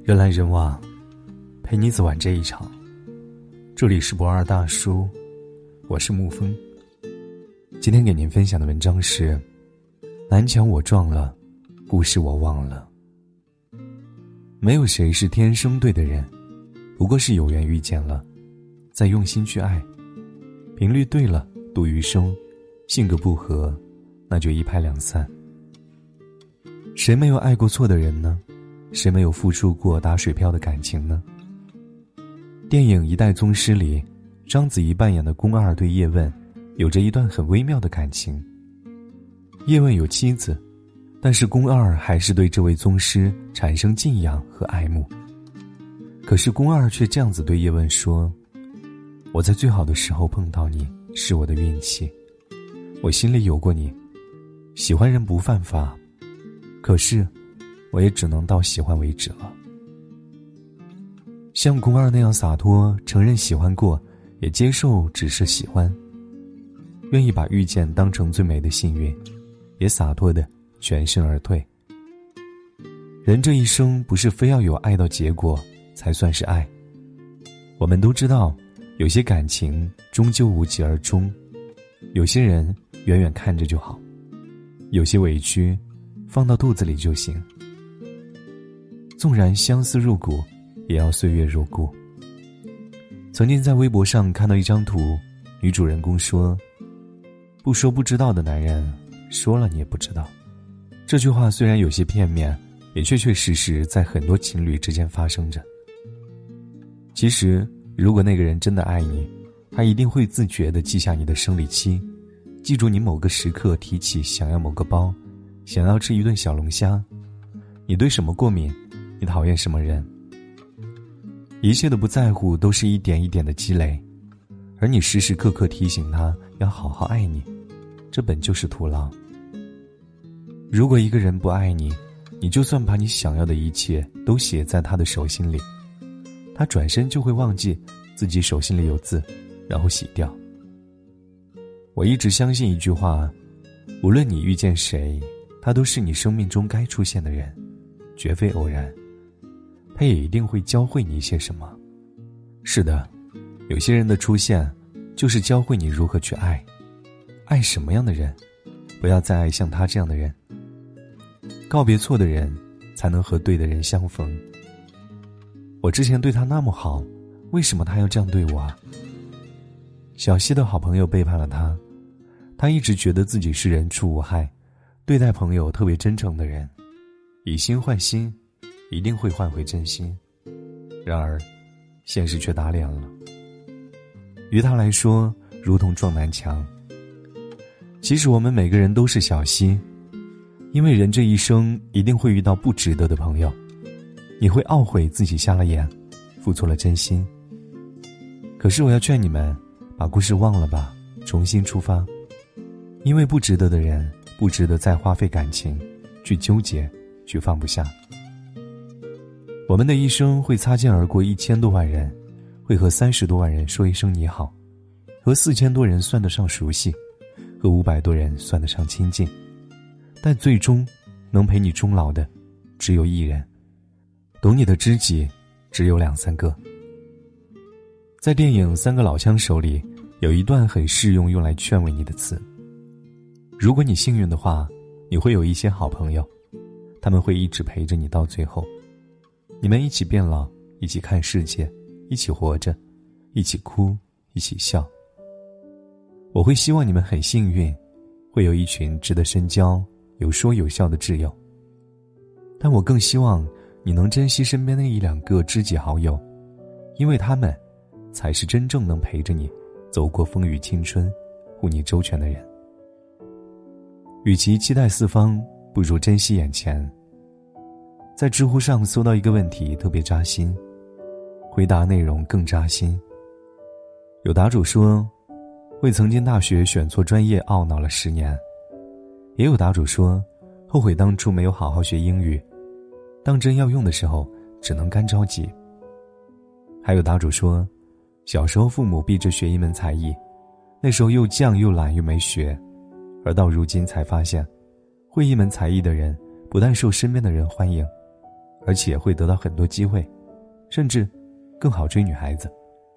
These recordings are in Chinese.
人来人往，陪你走完这一场。这里是不二大叔，我是沐风。今天给您分享的文章是南墙我撞了，故事我忘了。没有谁是天生对的人，不过是有缘遇见了，再用心去爱，频率对了度余生，性格不合那就一拍两散。谁没有爱过错的人呢？谁没有付出过打水漂的感情呢？电影《一代宗师》里，章子怡扮演的宫二对叶问有着一段很微妙的感情。叶问有妻子，但是宫二还是对这位宗师产生敬仰和爱慕。可是宫二却这样子对叶问说，我在最好的时候碰到你是我的运气，我心里有过你，喜欢人不犯法，可是我也只能到喜欢为止了。像宫二那样洒脱，承认喜欢过，也接受只是喜欢，愿意把遇见当成最美的幸运，也洒脱的全身而退。人这一生不是非要有爱到结果才算是爱。我们都知道，有些感情终究无疾而终，有些人远远看着就好，有些委屈放到肚子里就行。纵然相思入骨，也要岁月如故。曾经在微博上看到一张图，女主人公说，不说不知道的男人，说了你也不知道。这句话虽然有些片面，也确确实实在很多情侣之间发生着。其实如果那个人真的爱你，他一定会自觉地记下你的生理期，记住你某个时刻提起想要某个包，想要吃一顿小龙虾，你对什么过敏，你讨厌什么人。一切的不在乎都是一点一点的积累，而你时时刻刻提醒他要好好爱你，这本就是徒劳。如果一个人不爱你，你就算把你想要的一切都写在他的手心里，他转身就会忘记自己手心里有字，然后洗掉。我一直相信一句话，无论你遇见谁，他都是你生命中该出现的人，绝非偶然，他也一定会教会你一些什么。是的，有些人的出现就是教会你如何去爱，爱什么样的人，不要再爱像他这样的人。告别错的人，才能和对的人相逢。我之前对他那么好，为什么他要这样对我啊？小溪的好朋友背叛了他，他一直觉得自己是人畜无害，对待朋友特别真诚的人，以心换心，一定会换回真心。然而现实却打脸了，于他来说如同撞南墙。其实我们每个人都是小溪，因为人这一生一定会遇到不值得的朋友，你会懊悔自己瞎了眼，付错了真心。可是我要劝你们把故事忘了吧，重新出发。因为不值得的人，不值得再花费感情去纠结，去放不下。我们的一生会擦肩而过1000多万人，会和30多万人说一声你好，和4000多人算得上熟悉，和500多人算得上亲近，但最终能陪你终老的只有一人，懂你的知己只有2、3个。在电影《3个老枪手》里，有一段很适用用来劝慰你的词，如果你幸运的话，你会有一些好朋友，他们会一直陪着你到最后，你们一起变老，一起看世界，一起活着，一起哭，一起笑。我会希望你们很幸运，会有一群值得深交、有说有笑的挚友。但我更希望你能珍惜身边的1、2个知己好友，因为他们才是真正能陪着你走过风雨青春、护你周全的人。与其期待四方，不如珍惜眼前。在知乎上搜到一个问题特别扎心，回答内容更扎心。有答主说，为曾经大学选错专业懊恼了10年。也有答主说，后悔当初没有好好学英语，当真要用的时候只能干着急。还有答主说，小时候父母逼着学一门才艺，那时候又犟又懒又没学，而到如今才发现，会一门才艺的人不但受身边的人欢迎， 而且会得到很多机会，甚至更好追女孩子。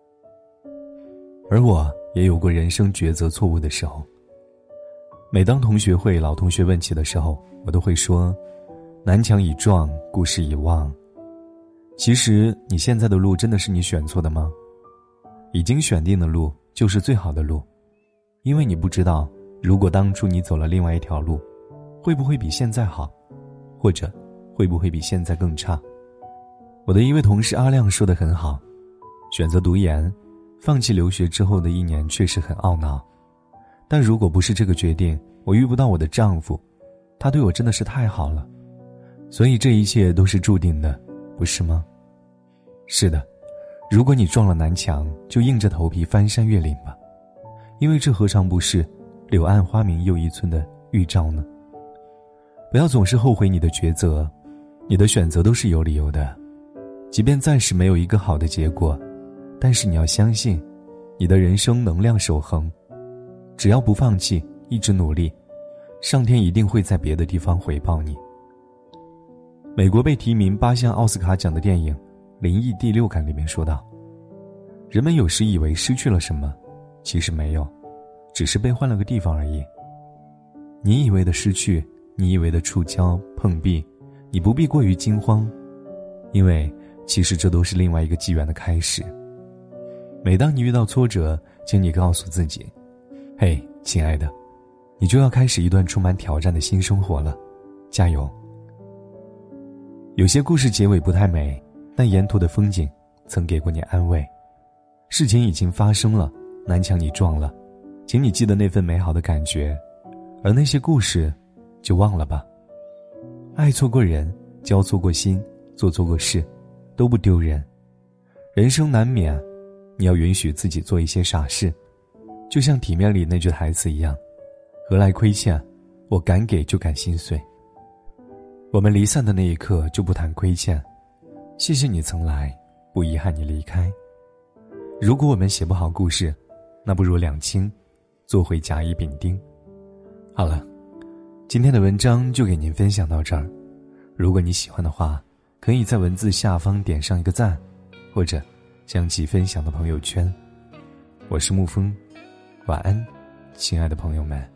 而我也有过人生抉择错误的时候。每当同学会老同学问起的时候，我都会说，南墙已撞，故事已忘。其实你现在的路真的是你选错的吗？已经选定的路就是最好的路，因为你不知道，如果当初你走了另外一条路，会不会比现在好，或者会不会比现在更差。我的一位同事阿亮说得很好，选择读研，放弃留学之后的1年确实很懊恼，但如果不是这个决定，我遇不到我的丈夫，他对我真的是太好了，所以这一切都是注定的，不是吗？是的，如果你撞了南墙，就硬着头皮翻山越岭吧，因为这何尝不是柳暗花明又一村的预兆呢？不要总是后悔你的抉择，你的选择都是有理由的，即便暂时没有一个好的结果，但是你要相信，你的人生能量守恒，只要不放弃，一直努力，上天一定会在别的地方回报你。美国被提名8项奥斯卡奖的电影《灵异第6感》里面说道，人们有时以为失去了什么，其实没有，只是被换了个地方而已。你以为的失去，你以为的触礁碰壁，你不必过于惊慌，因为其实这都是另外一个机缘的开始。每当你遇到挫折，请你告诉自己，嘿，亲爱的，你就要开始一段充满挑战的新生活了，加油。有些故事结尾不太美，但沿途的风景曾给过你安慰。事情已经发生了，南墙你撞了，请你记得那份美好的感觉，而那些故事就忘了吧。爱错过人，交错过心，做错过事，都不丢人。人生难免，你要允许自己做一些傻事，就像体面里那句台词一样，何来亏欠，我敢给就敢心碎。我们离散的那一刻就不谈亏欠，谢谢你曾来，不遗憾你离开。如果我们写不好故事，那不如两清，做回甲乙丙丁。好了，今天的文章就给您分享到这儿。如果你喜欢的话，可以在文字下方点上一个赞，或者将其分享到朋友圈。我是沐风，晚安，亲爱的朋友们。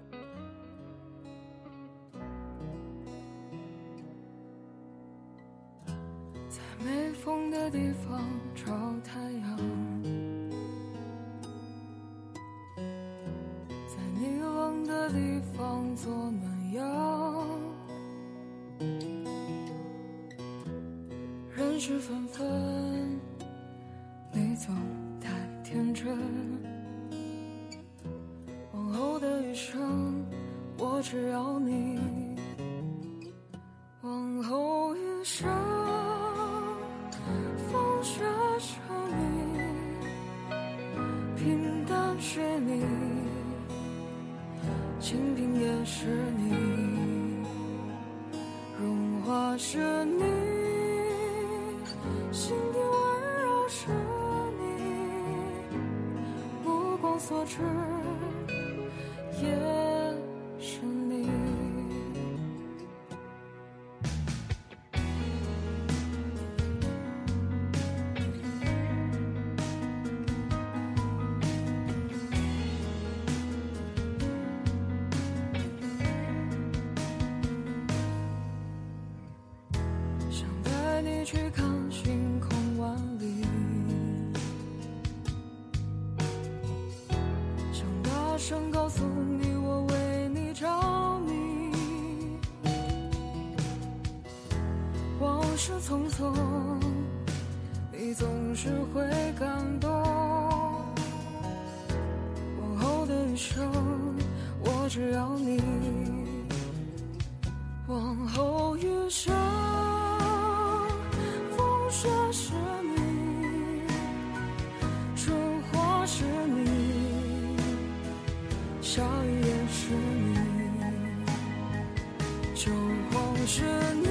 在没风的地方找太阳，在你冷的地方做暖阳。人事纷纷，你总太天真。往后的余生，我只要你。往后余生，风雪是你，平淡是你，清贫也是你，荣华是你，心底温柔是你，目光所至也是你。想带你去看星空万里，想大声告诉你我为你着迷。往事匆匆，你总是会感动。往后的余生，我只要你。往后余生，风雪是你，春花是你，下雨也是你，秋黄是你，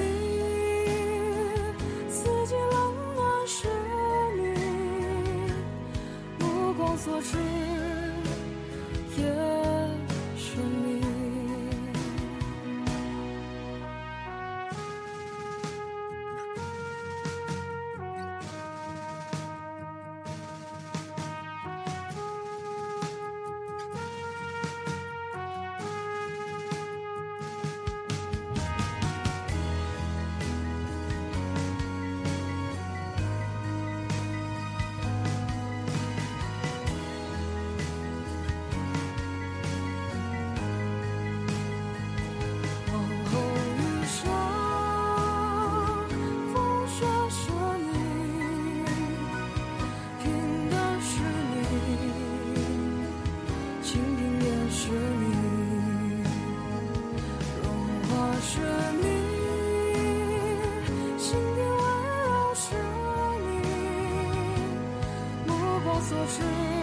四季冷暖是你，目光所至也是你。 所知。